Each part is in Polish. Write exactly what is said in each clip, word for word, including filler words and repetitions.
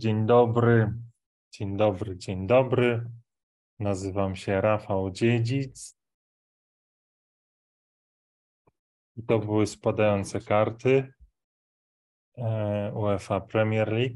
Dzień dobry, dzień dobry, dzień dobry. Nazywam się Rafał Dziedzic. I to były spadające karty UEFA Premier League.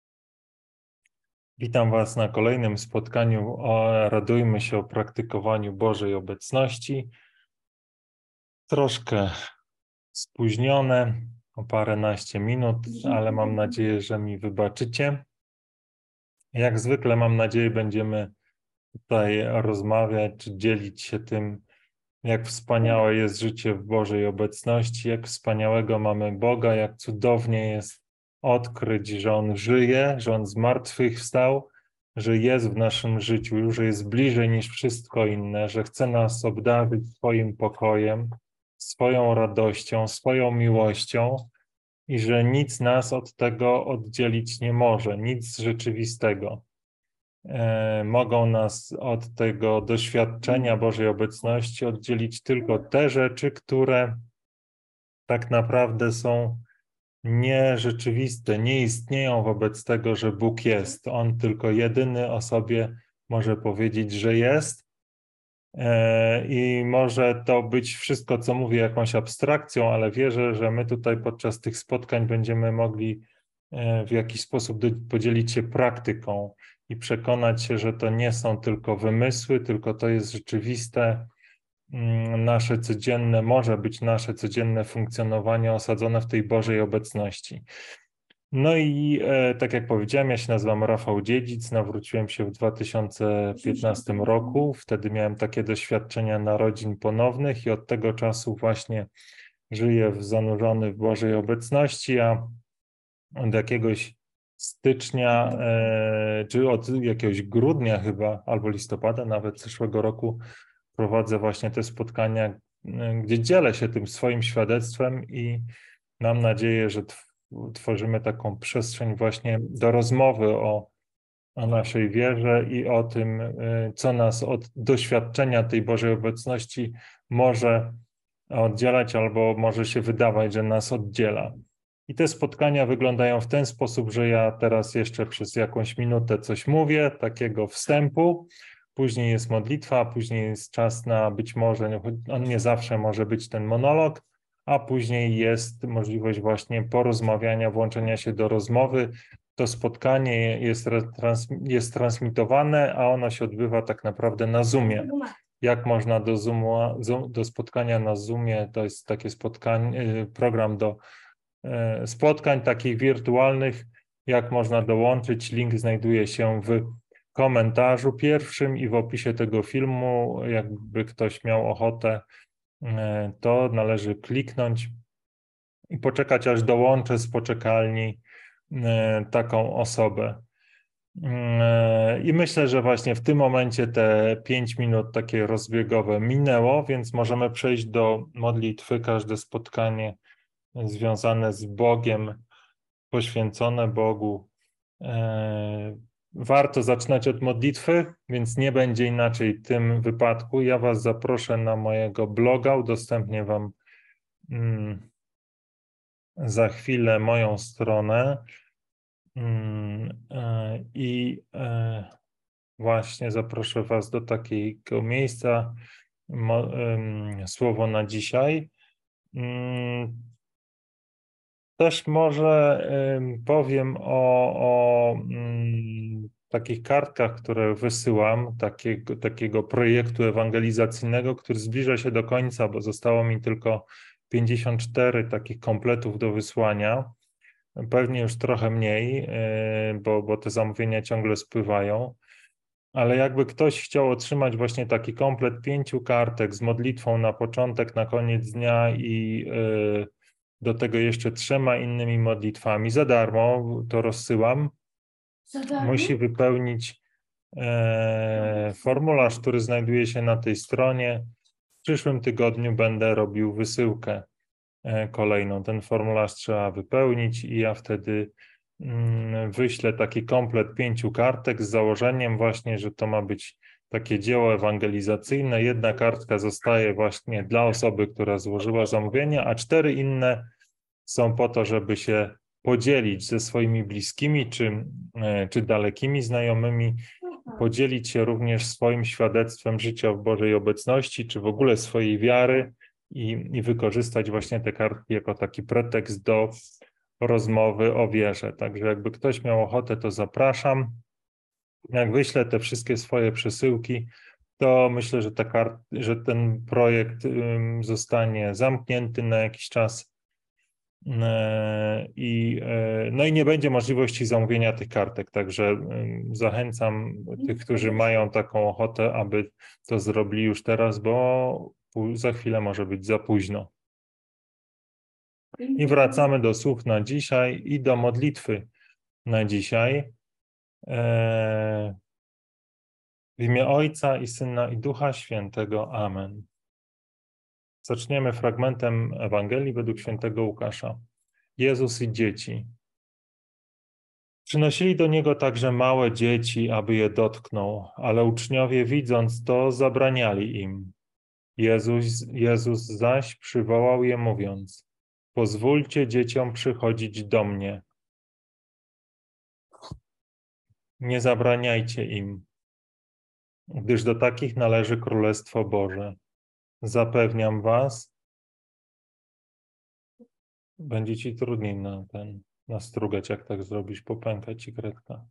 Witam Was na kolejnym spotkaniu o Radujmy się o praktykowaniu Bożej obecności. Troszkę spóźnione, o paręnaście minut, ale mam nadzieję, że mi wybaczycie. Jak zwykle mam nadzieję, będziemy tutaj rozmawiać, czy dzielić się tym, jak wspaniałe jest życie w Bożej obecności, jak wspaniałego mamy Boga, jak cudownie jest odkryć, że On żyje, że On z martwych wstał, że jest w naszym życiu, że jest bliżej niż wszystko inne, że chce nas obdarzyć swoim pokojem, swoją radością, swoją miłością i że nic nas od tego oddzielić nie może, nic rzeczywistego. Mogą nas od tego doświadczenia Bożej obecności oddzielić tylko te rzeczy, które tak naprawdę są nierzeczywiste, nie istnieją wobec tego, że Bóg jest. On tylko jedyny o sobie może powiedzieć, że jest. I może to być wszystko, co mówię, jakąś abstrakcją, ale wierzę, że my tutaj podczas tych spotkań będziemy mogli w jakiś sposób podzielić się praktyką i przekonać się, że to nie są tylko wymysły, tylko to jest rzeczywiste nasze codzienne, może być nasze codzienne funkcjonowanie osadzone w tej Bożej obecności. No i e, tak jak powiedziałem, ja się nazywam Rafał Dziedzic, nawróciłem się w dwa tysiące piętnastym roku, wtedy miałem takie doświadczenia narodzin ponownych i od tego czasu właśnie żyję w, zanurzony w Bożej obecności, a od jakiegoś stycznia, e, czy od jakiegoś grudnia chyba, albo listopada nawet zeszłego roku prowadzę właśnie te spotkania, gdzie dzielę się tym swoim świadectwem i mam nadzieję, że tworzymy taką przestrzeń właśnie do rozmowy o, o naszej wierze i o tym, co nas od doświadczenia tej Bożej obecności może oddzielać albo może się wydawać, że nas oddziela. I te spotkania wyglądają w ten sposób, że ja teraz jeszcze przez jakąś minutę coś mówię, takiego wstępu, później jest modlitwa, później jest czas na być może, on nie zawsze może być ten monolog, a później jest możliwość właśnie porozmawiania, włączenia się do rozmowy. To spotkanie jest, trans, jest transmitowane, a ono się odbywa tak naprawdę na Zoomie. Jak można do, Zoomu, do spotkania na Zoomie, to jest takie spotkanie, program do spotkań takich wirtualnych, jak można dołączyć. Link znajduje się w komentarzu pierwszym i w opisie tego filmu. Jakby ktoś miał ochotę, to należy kliknąć i poczekać, aż dołączę z poczekalni taką osobę. I myślę, że właśnie w tym momencie te pięć minut takie rozbiegowe minęło, więc możemy przejść do modlitwy. Każde spotkanie związane z Bogiem, poświęcone Bogu. Warto zaczynać od modlitwy, więc nie będzie inaczej w tym wypadku. Ja Was zaproszę na mojego bloga, udostępnię Wam mm, za chwilę moją stronę mm, e, i e, właśnie zaproszę Was do takiego miejsca. Mo, e, słowo na dzisiaj. Mm, Też może y, powiem o, o mm, takich kartkach, które wysyłam, takiego, takiego projektu ewangelizacyjnego, który zbliża się do końca, bo zostało mi tylko pięćdziesiąt cztery takich kompletów do wysłania. Pewnie już trochę mniej, y, bo, bo te zamówienia ciągle spływają. Ale jakby ktoś chciał otrzymać właśnie taki komplet pięciu kartek z modlitwą na początek, na koniec dnia i y, do tego jeszcze trzema innymi modlitwami za darmo, to rozsyłam. Musi wypełnić e, formularz, który znajduje się na tej stronie. W przyszłym tygodniu będę robił wysyłkę e, kolejną. Ten formularz trzeba wypełnić i ja wtedy mm, wyślę taki komplet pięciu kartek z założeniem właśnie, że to ma być takie dzieło ewangelizacyjne. Jedna kartka zostaje właśnie dla osoby, która złożyła zamówienie, a cztery inne są po to, żeby się podzielić ze swoimi bliskimi czy, czy dalekimi znajomymi, podzielić się również swoim świadectwem życia w Bożej obecności, czy w ogóle swojej wiary i, i wykorzystać właśnie te kartki jako taki pretekst do rozmowy o wierze. Także jakby ktoś miał ochotę, to zapraszam. Jak wyślę te wszystkie swoje przesyłki, to myślę, że, ta kart, że ten projekt um, zostanie zamknięty na jakiś czas e, i, e, no i nie będzie możliwości zamówienia tych kartek. Także um, zachęcam tych, którzy mają taką ochotę, aby to zrobili już teraz, bo za chwilę może być za późno. I wracamy do słów na dzisiaj i do modlitwy na dzisiaj. E, W imię Ojca i Syna i Ducha Świętego. Amen. Zaczniemy fragmentem Ewangelii według świętego Łukasza. Jezus i dzieci. Przynosili do Niego także małe dzieci, aby je dotknął, ale uczniowie widząc to zabraniali im. Jezus, Jezus zaś przywołał je mówiąc: pozwólcie dzieciom przychodzić do mnie. Nie zabraniajcie im, gdyż do takich należy Królestwo Boże. Zapewniam was, będzie ci trudniej na ten, nastrugać, jak tak zrobisz, popęka ci kredka.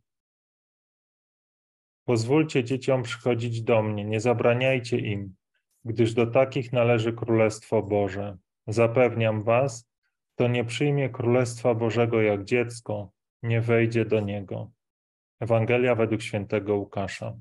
Pozwólcie dzieciom przychodzić do mnie, nie zabraniajcie im, gdyż do takich należy Królestwo Boże. Zapewniam was, kto nie przyjmie Królestwa Bożego jak dziecko, nie wejdzie do niego. Ewangelia według świętego Łukasza.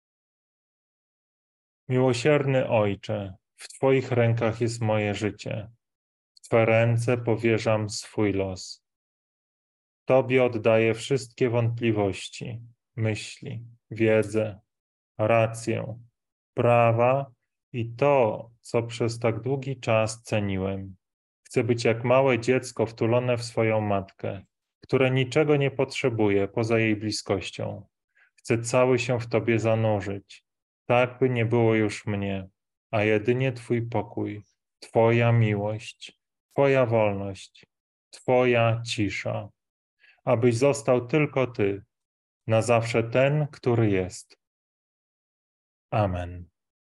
Miłosierny Ojcze, w Twoich rękach jest moje życie. W Twe ręce powierzam swój los. Tobie oddaję wszystkie wątpliwości, myśli, wiedzę, rację, prawa i to, co przez tak długi czas ceniłem. Chcę być jak małe dziecko wtulone w swoją matkę, które niczego nie potrzebuje poza jej bliskością. Chcę cały się w Tobie zanurzyć, tak by nie było już mnie, a jedynie Twój pokój, Twoja miłość, Twoja wolność, Twoja cisza. Abyś został tylko Ty, na zawsze ten, który jest. Amen.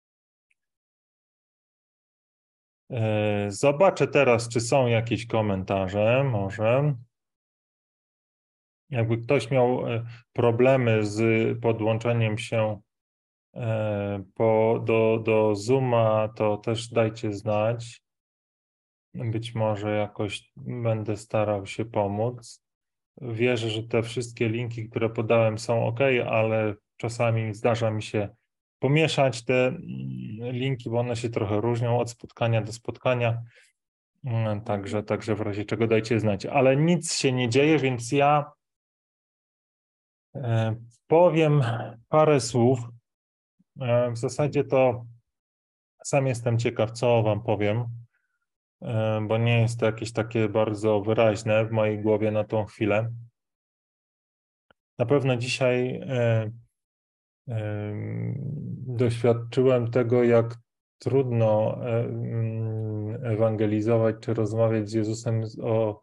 Zobaczę teraz, czy są jakieś komentarze, może. Jakby ktoś miał problemy z podłączeniem się po, do, do Zooma, to też dajcie znać. Być może jakoś będę starał się pomóc. Wierzę, że te wszystkie linki, które podałem, są ok, ale czasami zdarza mi się pomieszać te linki, bo one się trochę różnią od spotkania do spotkania. Także, także w razie czego dajcie znać. Ale nic się nie dzieje, więc ja powiem parę słów. W zasadzie to sam jestem ciekaw, co wam powiem, bo nie jest to jakieś takie bardzo wyraźne w mojej głowie na tą chwilę. Na pewno dzisiaj doświadczyłem tego, jak trudno ewangelizować czy rozmawiać z Jezusem o,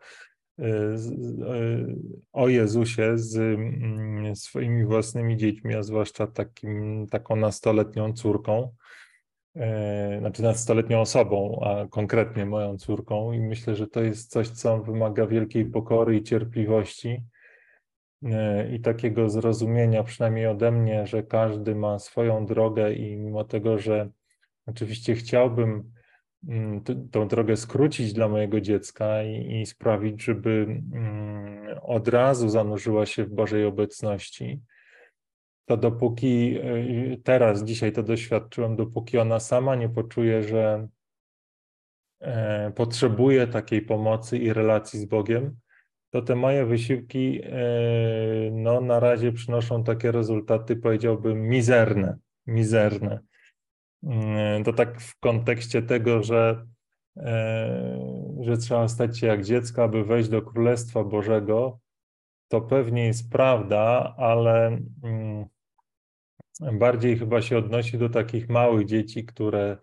o Jezusie z swoimi własnymi dziećmi, a zwłaszcza takim, taką nastoletnią córką, znaczy nastoletnią osobą, a konkretnie moją córką, i myślę, że to jest coś, co wymaga wielkiej pokory i cierpliwości i takiego zrozumienia, przynajmniej ode mnie, że każdy ma swoją drogę i mimo tego, że oczywiście chciałbym tą drogę skrócić dla mojego dziecka i, i sprawić, żeby od razu zanurzyła się w Bożej obecności, to dopóki teraz, dzisiaj to doświadczyłem, dopóki ona sama nie poczuje, że potrzebuje takiej pomocy i relacji z Bogiem, to te moje wysiłki no, na razie przynoszą takie rezultaty, powiedziałbym, mizerne, mizerne. To tak w kontekście tego, że, że trzeba stać się jak dziecko, aby wejść do Królestwa Bożego, to pewnie jest prawda, ale bardziej chyba się odnosi do takich małych dzieci, które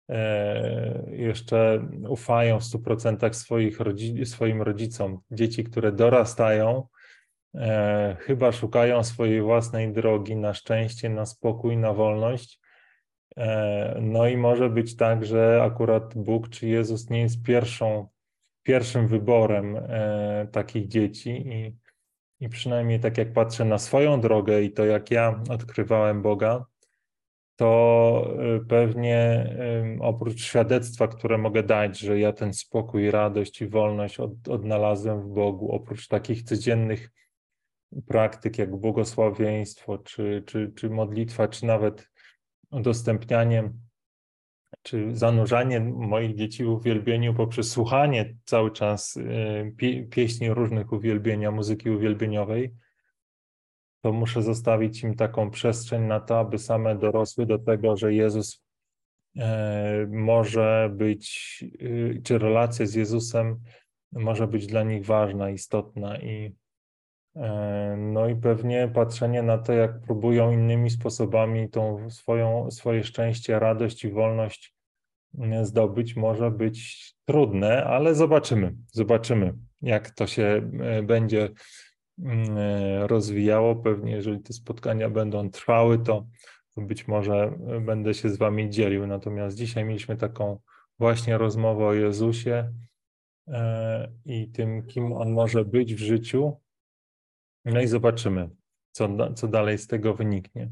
jeszcze ufają w stu procentach swoich rodzi- swoim rodzicom. Dzieci, które dorastają, chyba szukają swojej własnej drogi na szczęście, na spokój, na wolność. No i może być tak, że akurat Bóg czy Jezus nie jest pierwszą, pierwszym wyborem takich dzieci i, i przynajmniej tak jak patrzę na swoją drogę i to jak ja odkrywałem Boga, to pewnie oprócz świadectwa, które mogę dać, że ja ten spokój, radość i wolność od, odnalazłem w Bogu, oprócz takich codziennych praktyk jak błogosławieństwo, czy, czy, czy modlitwa, czy nawet udostępnianie, czy zanurzanie moich dzieci w uwielbieniu poprzez słuchanie cały czas pie, pieśni różnych uwielbienia, muzyki uwielbieniowej, to muszę zostawić im taką przestrzeń na to, aby same dorosły do tego, że Jezus e, może być, y, czy relacja z Jezusem może być dla nich ważna, istotna i e, no i pewnie patrzenie na to, jak próbują innymi sposobami tą swoją, swoje szczęście, radość i wolność zdobyć, może być trudne, ale zobaczymy, zobaczymy, jak to się e, będzie rozwijało. Pewnie jeżeli te spotkania będą trwały, to, to być może będę się z wami dzielił. Natomiast dzisiaj mieliśmy taką właśnie rozmowę o Jezusie e, i tym, kim On może być w życiu. No i zobaczymy, co, co dalej z tego wyniknie.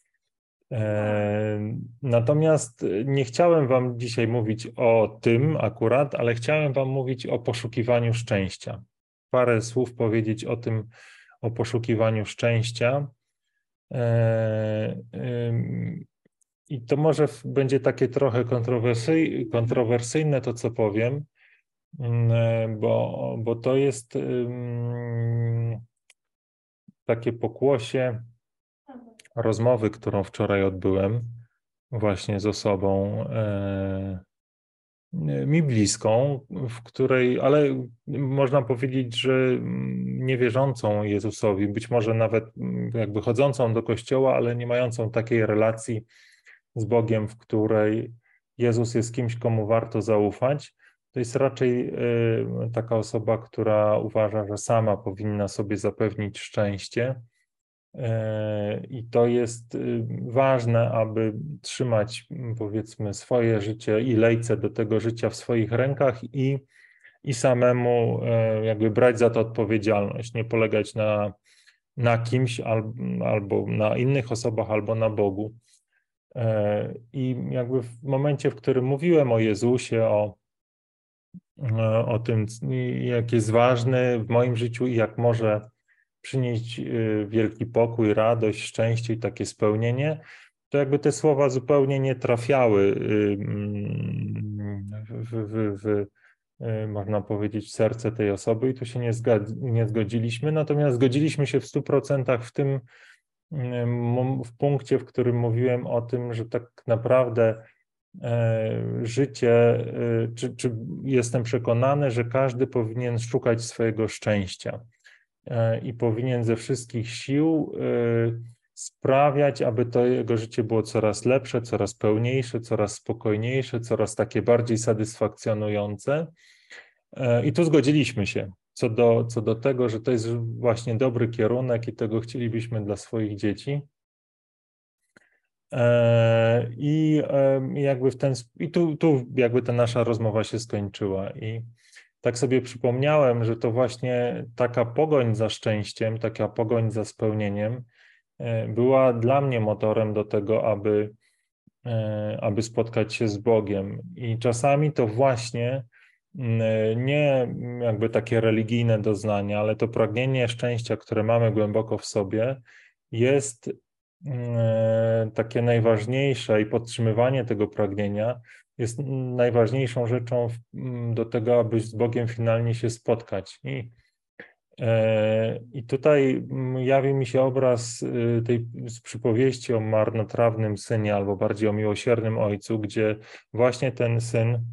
E, natomiast nie chciałem wam dzisiaj mówić o tym akurat, ale chciałem wam mówić o poszukiwaniu szczęścia. Parę słów powiedzieć o tym, o poszukiwaniu szczęścia. I to może będzie takie trochę kontrowersyjne to, co powiem, bo, bo to jest takie pokłosie rozmowy, którą wczoraj odbyłem właśnie z osobą mi bliską, w której, ale można powiedzieć, że niewierzącą Jezusowi, być może nawet jakby chodzącą do kościoła, ale nie mającą takiej relacji z Bogiem, w której Jezus jest kimś, komu warto zaufać. To jest raczej taka osoba, która uważa, że sama powinna sobie zapewnić szczęście. I to jest ważne, aby trzymać, powiedzmy, swoje życie i lejce do tego życia w swoich rękach i, i samemu jakby brać za to odpowiedzialność, nie polegać na, na kimś albo, albo na innych osobach, albo na Bogu. I jakby w momencie, w którym mówiłem o Jezusie, o, o tym, jak jest ważny w moim życiu i jak może przynieść wielki pokój, radość, szczęście i takie spełnienie, to jakby te słowa zupełnie nie trafiały w, w, w, w można powiedzieć, w serce tej osoby i tu się nie, zgad, nie zgodziliśmy, natomiast zgodziliśmy się w stu procentach w tym w punkcie, w którym mówiłem o tym, że tak naprawdę życie, czy, czy jestem przekonany, że każdy powinien szukać swojego szczęścia i powinien ze wszystkich sił sprawiać, aby to jego życie było coraz lepsze, coraz pełniejsze, coraz spokojniejsze, coraz takie bardziej satysfakcjonujące. I tu zgodziliśmy się co do, co do tego, że to jest właśnie dobry kierunek i tego chcielibyśmy dla swoich dzieci. I jakby w ten, i tu, tu jakby ta nasza rozmowa się skończyła. I tak sobie przypomniałem, że to właśnie taka pogoń za szczęściem, taka pogoń za spełnieniem była dla mnie motorem do tego, aby, aby spotkać się z Bogiem. I czasami to właśnie nie jakby takie religijne doznania, ale to pragnienie szczęścia, które mamy głęboko w sobie, jest takie najważniejsze i podtrzymywanie tego pragnienia jest najważniejszą rzeczą do tego, aby z Bogiem finalnie się spotkać. I, i tutaj jawi mi się obraz tej z przypowieści o marnotrawnym synie, albo bardziej o miłosiernym ojcu, gdzie właśnie ten syn,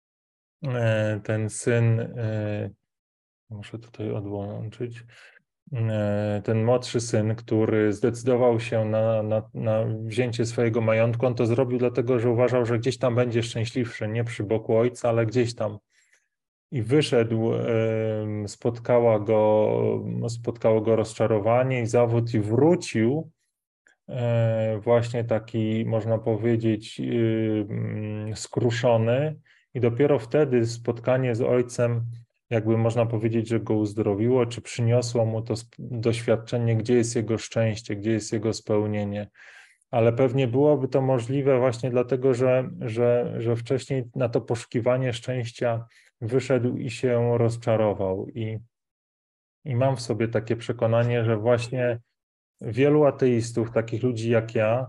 ten syn, muszę tutaj odłączyć, ten młodszy syn, który zdecydował się na, na, na wzięcie swojego majątku, on to zrobił dlatego, że uważał, że gdzieś tam będzie szczęśliwszy, nie przy boku ojca, ale gdzieś tam. I wyszedł, spotkała go, spotkało go rozczarowanie i zawód i wrócił właśnie taki, można powiedzieć, skruszony i dopiero wtedy spotkanie z ojcem, jakby można powiedzieć, że go uzdrowiło, czy przyniosło mu to doświadczenie, gdzie jest jego szczęście, gdzie jest jego spełnienie. Ale pewnie byłoby to możliwe właśnie dlatego, że, że, że wcześniej na to poszukiwanie szczęścia wyszedł i się rozczarował. I, i mam w sobie takie przekonanie, że właśnie wielu ateistów, takich ludzi jak ja,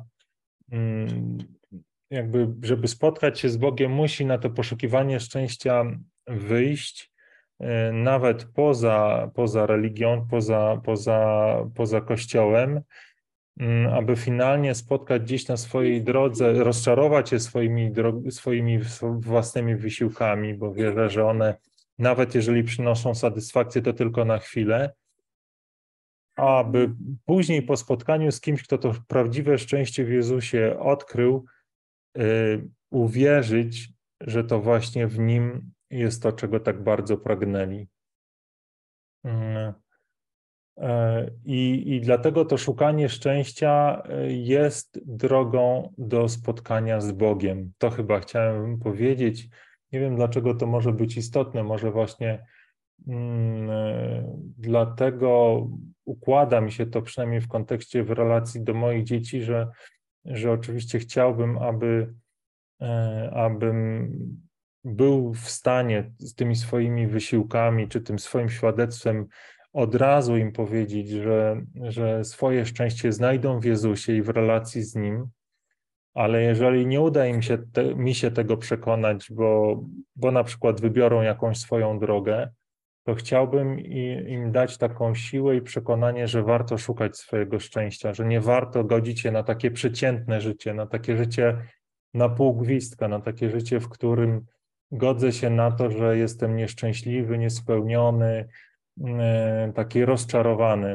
jakby, żeby spotkać się z Bogiem, musi na to poszukiwanie szczęścia wyjść, nawet poza, poza religią, poza, poza, poza Kościołem, aby finalnie spotkać gdzieś na swojej drodze, rozczarować się swoimi, swoimi własnymi wysiłkami, bo wierzę, że one, nawet jeżeli przynoszą satysfakcję, to tylko na chwilę, aby później po spotkaniu z kimś, kto to prawdziwe szczęście w Jezusie odkrył, yy, uwierzyć, że to właśnie w Nim jest to, czego tak bardzo pragnęli. Yy. I, I dlatego to szukanie szczęścia jest drogą do spotkania z Bogiem. To chyba chciałem powiedzieć. Nie wiem, dlaczego to może być istotne. Może właśnie mm, dlatego układa mi się to przynajmniej w kontekście w relacji do moich dzieci, że, że oczywiście chciałbym, aby, abym był w stanie z tymi swoimi wysiłkami, czy tym swoim świadectwem od razu im powiedzieć, że, że swoje szczęście znajdą w Jezusie i w relacji z Nim, ale jeżeli nie uda im się te, mi się tego przekonać, bo, bo na przykład wybiorą jakąś swoją drogę, to chciałbym im dać taką siłę i przekonanie, że warto szukać swojego szczęścia, że nie warto godzić się na takie przeciętne życie, na takie życie na pół gwizdka, na takie życie, w którym godzę się na to, że jestem nieszczęśliwy, niespełniony, taki rozczarowany.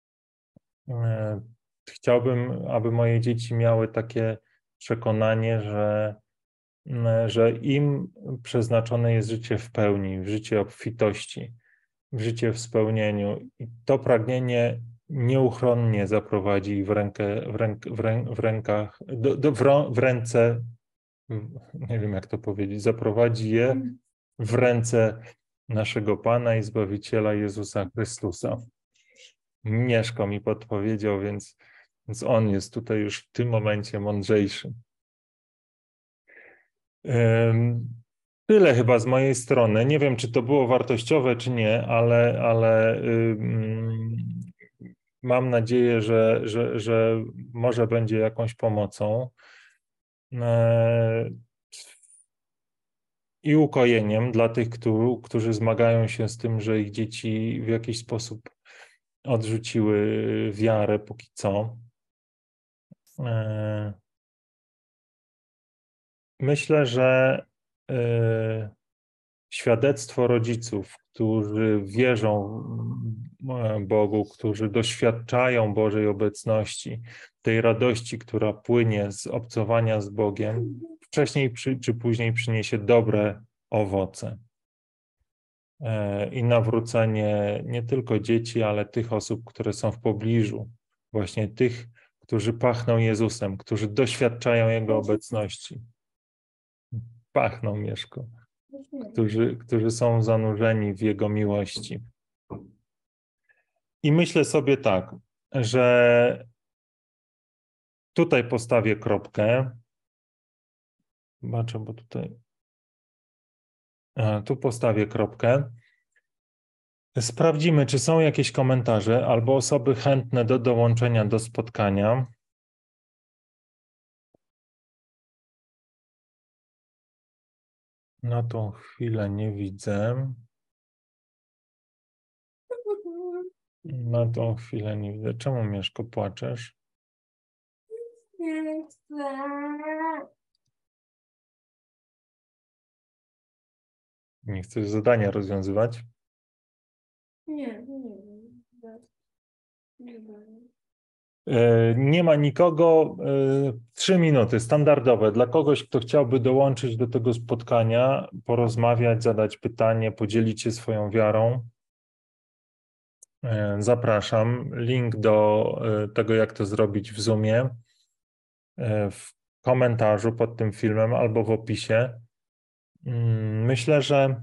Chciałbym, aby moje dzieci miały takie przekonanie, że, że im przeznaczone jest życie w pełni, w życie obfitości, w życie w spełnieniu. I to pragnienie nieuchronnie zaprowadzi ich w, rękę, w, ręk, w, rę, w rękach, do, do, w, w ręce, nie wiem jak to powiedzieć, zaprowadzi je w ręce naszego Pana i Zbawiciela Jezusa Chrystusa. Mieszko mi podpowiedział, więc, więc on jest tutaj już w tym momencie mądrzejszy. Um, tyle chyba z mojej strony. Nie wiem, czy to było wartościowe, czy nie, ale, ale um, mam nadzieję, że, że, że może będzie jakąś pomocą e, i ukojeniem dla tych, którzy, którzy zmagają się z tym, że ich dzieci w jakiś sposób odrzuciły wiarę póki co. Myślę, że świadectwo rodziców, którzy wierzą Bogu, którzy doświadczają Bożej obecności, tej radości, która płynie z obcowania z Bogiem, wcześniej czy później przyniesie dobre owoce. I nawrócenie nie tylko dzieci, ale tych osób, które są w pobliżu, właśnie tych, którzy pachną Jezusem, którzy doświadczają Jego obecności. Pachną, Mieszko. Którzy, którzy są zanurzeni w Jego miłości. I myślę sobie tak, że tutaj postawię kropkę. Zobaczę, bo tutaj... A, tu postawię kropkę. Sprawdzimy, czy są jakieś komentarze albo osoby chętne do dołączenia do spotkania. Na tą chwilę nie widzę. Na tą chwilę nie widzę. Czemu, Mieszko, płaczesz? Nie chcę. Nie chcesz zadania rozwiązywać? Nie, nie. Nie ma nikogo. Trzy minuty, standardowe. Dla kogoś, kto chciałby dołączyć do tego spotkania, porozmawiać, zadać pytanie, podzielić się swoją wiarą. Zapraszam. Link do tego, jak to zrobić w Zoomie, w komentarzu pod tym filmem albo w opisie. Myślę, że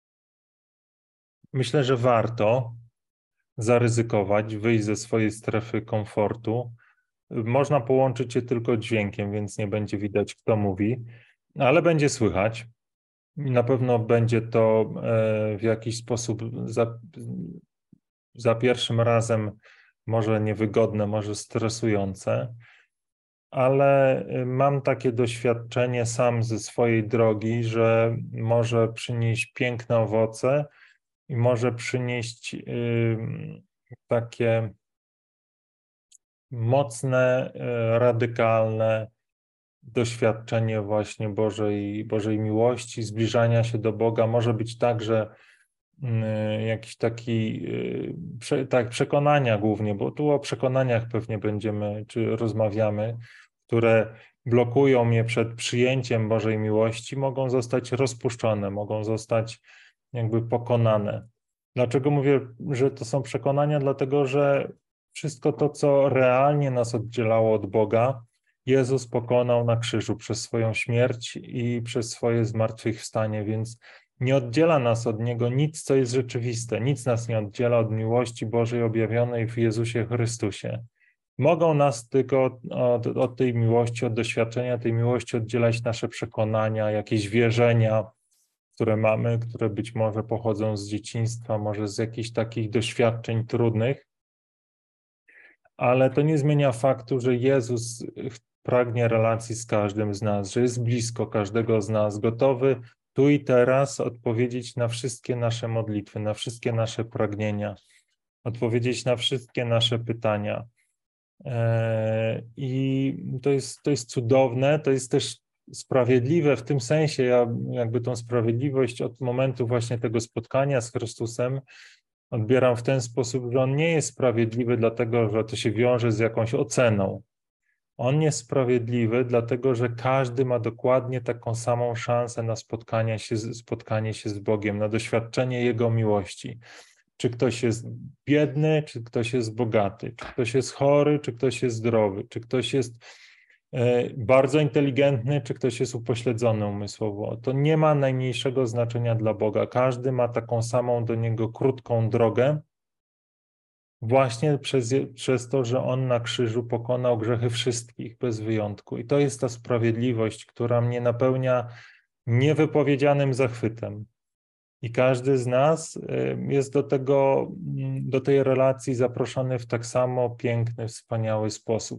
myślę, że warto zaryzykować, wyjść ze swojej strefy komfortu. Można połączyć je tylko dźwiękiem, więc nie będzie widać, kto mówi, ale będzie słychać. I na pewno będzie to w jakiś sposób za, za pierwszym razem może niewygodne, może stresujące, ale mam takie doświadczenie sam ze swojej drogi, że może przynieść piękne owoce i może przynieść takie mocne, radykalne doświadczenie właśnie Bożej, Bożej miłości, zbliżania się do Boga. Może być także jakiś taki, tak, przekonania głównie, bo tu o przekonaniach pewnie będziemy, czy rozmawiamy, które blokują mnie przed przyjęciem Bożej miłości, mogą zostać rozpuszczone, mogą zostać jakby pokonane. Dlaczego mówię, że to są przekonania? Dlatego, że wszystko to, co realnie nas oddzielało od Boga, Jezus pokonał na krzyżu przez swoją śmierć i przez swoje zmartwychwstanie, więc nie oddziela nas od Niego nic, co jest rzeczywiste. Nic nas nie oddziela od miłości Bożej objawionej w Jezusie Chrystusie. Mogą nas tylko od, od, od tej miłości, od doświadczenia tej miłości oddzielać nasze przekonania, jakieś wierzenia, które mamy, które być może pochodzą z dzieciństwa, może z jakichś takich doświadczeń trudnych, ale to nie zmienia faktu, że Jezus pragnie relacji z każdym z nas, że jest blisko każdego z nas, gotowy tu i teraz odpowiedzieć na wszystkie nasze modlitwy, na wszystkie nasze pragnienia, odpowiedzieć na wszystkie nasze pytania. I to jest, to jest cudowne, to jest też sprawiedliwe w tym sensie, ja jakby tą sprawiedliwość od momentu właśnie tego spotkania z Chrystusem odbieram w ten sposób, że On nie jest sprawiedliwy dlatego, że to się wiąże z jakąś oceną. On jest sprawiedliwy dlatego, że każdy ma dokładnie taką samą szansę na spotkanie się, spotkanie się z Bogiem, na doświadczenie Jego miłości. Czy ktoś jest biedny, czy ktoś jest bogaty, czy ktoś jest chory, czy ktoś jest zdrowy, czy ktoś jest bardzo inteligentny, czy ktoś jest upośledzony umysłowo. To nie ma najmniejszego znaczenia dla Boga. Każdy ma taką samą do Niego krótką drogę, właśnie przez, przez to, że On na krzyżu pokonał grzechy wszystkich bez wyjątku. I to jest ta sprawiedliwość, która mnie napełnia niewypowiedzianym zachwytem. I każdy z nas jest do tego, do tej relacji zaproszony w tak samo piękny, wspaniały sposób.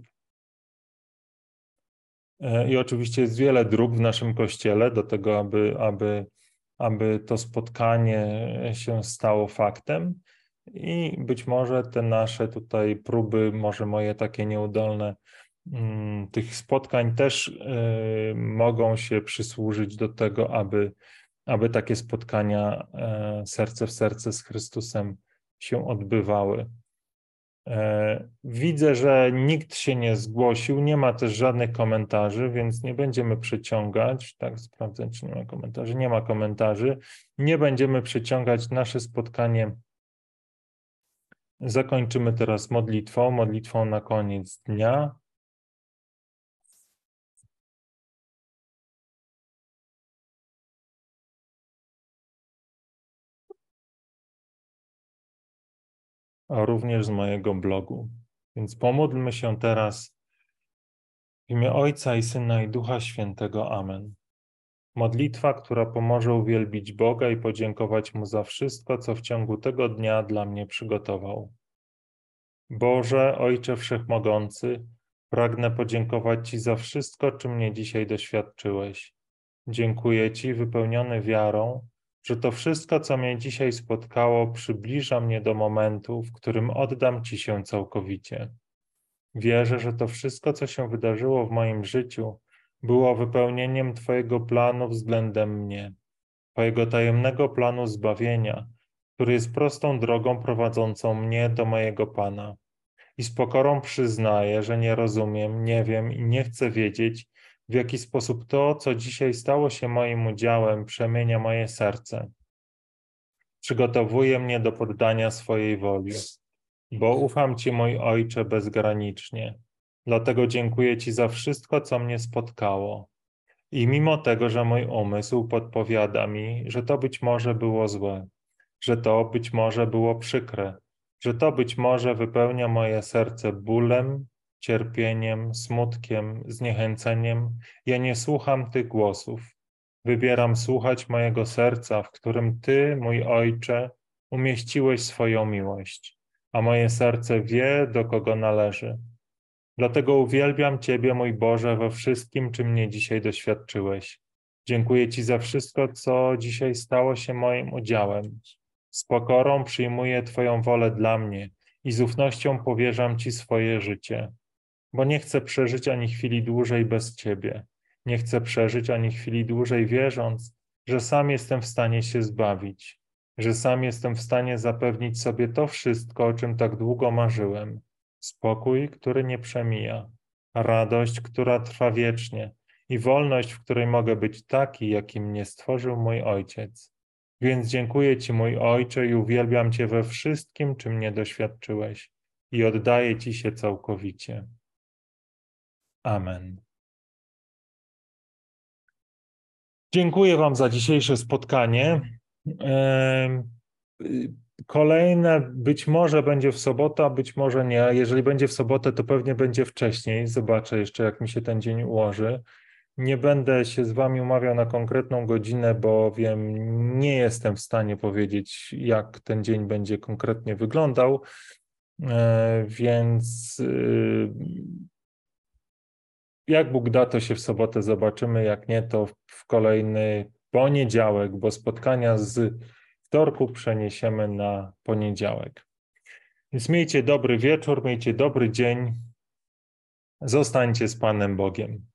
I oczywiście jest wiele dróg w naszym Kościele do tego, aby, aby, aby to spotkanie się stało faktem. I być może te nasze tutaj próby, może moje takie nieudolne, tych spotkań też mogą się przysłużyć do tego, aby, aby takie spotkania serce w serce z Chrystusem się odbywały. Widzę, że nikt się nie zgłosił, nie ma też żadnych komentarzy, więc nie będziemy przeciągać. Tak, sprawdzę, czy nie ma komentarzy. Nie ma komentarzy. Nie będziemy przeciągać. Nasze spotkanie zakończymy teraz modlitwą, modlitwą na koniec dnia. A również z mojego blogu. Więc pomódlmy się teraz w imię Ojca i Syna i Ducha Świętego. Amen. Modlitwa, która pomoże uwielbić Boga i podziękować Mu za wszystko, co w ciągu tego dnia dla mnie przygotował. Boże, Ojcze Wszechmogący, pragnę podziękować Ci za wszystko, czym mnie dzisiaj doświadczyłeś. Dziękuję Ci, wypełniony wiarą, że to wszystko, co mnie dzisiaj spotkało, przybliża mnie do momentu, w którym oddam Ci się całkowicie. Wierzę, że to wszystko, co się wydarzyło w moim życiu, było wypełnieniem Twojego planu względem mnie, Twojego tajemnego planu zbawienia, który jest prostą drogą prowadzącą mnie do mojego Pana. i z pokorą przyznaję, że nie rozumiem, nie wiem i nie chcę wiedzieć, w jaki sposób to, co dzisiaj stało się moim udziałem, przemienia moje serce. Przygotowuje mnie do poddania swojej woli, bo ufam Ci, mój Ojcze, bezgranicznie. Dlatego dziękuję Ci za wszystko, co mnie spotkało. I mimo tego, że mój umysł podpowiada mi, że to być może było złe, że to być może było przykre, że to być może wypełnia moje serce bólem, cierpieniem, smutkiem, zniechęceniem, ja nie słucham tych głosów. Wybieram słuchać mojego serca, w którym Ty, mój Ojcze, umieściłeś swoją miłość, a moje serce wie, do kogo należy. Dlatego uwielbiam Ciebie, mój Boże, we wszystkim, czym mnie dzisiaj doświadczyłeś. Dziękuję Ci za wszystko, co dzisiaj stało się moim udziałem. Z pokorą przyjmuję Twoją wolę dla mnie i z ufnością powierzam Ci swoje życie, bo nie chcę przeżyć ani chwili dłużej bez Ciebie. Nie chcę przeżyć ani chwili dłużej wierząc, że sam jestem w stanie się zbawić, że sam jestem w stanie zapewnić sobie to wszystko, o czym tak długo marzyłem. Spokój, który nie przemija, radość, która trwa wiecznie i wolność, w której mogę być taki, jakim mnie stworzył mój Ojciec. Więc dziękuję Ci, mój Ojcze, i uwielbiam Cię we wszystkim, czym mnie doświadczyłeś i oddaję Ci się całkowicie. Amen. Dziękuję Wam za dzisiejsze spotkanie. Kolejne być może będzie w sobotę, a być może nie. Jeżeli będzie w sobotę, to pewnie będzie wcześniej. Zobaczę jeszcze, jak mi się ten dzień ułoży. Nie będę się z Wami umawiał na konkretną godzinę, bo wiem, nie jestem w stanie powiedzieć, jak ten dzień będzie konkretnie wyglądał, więc jak Bóg da, to się w sobotę zobaczymy, jak nie, to w kolejny poniedziałek, bo spotkania z wtorku przeniesiemy na poniedziałek. Więc miejcie dobry wieczór, miejcie dobry dzień, zostańcie z Panem Bogiem.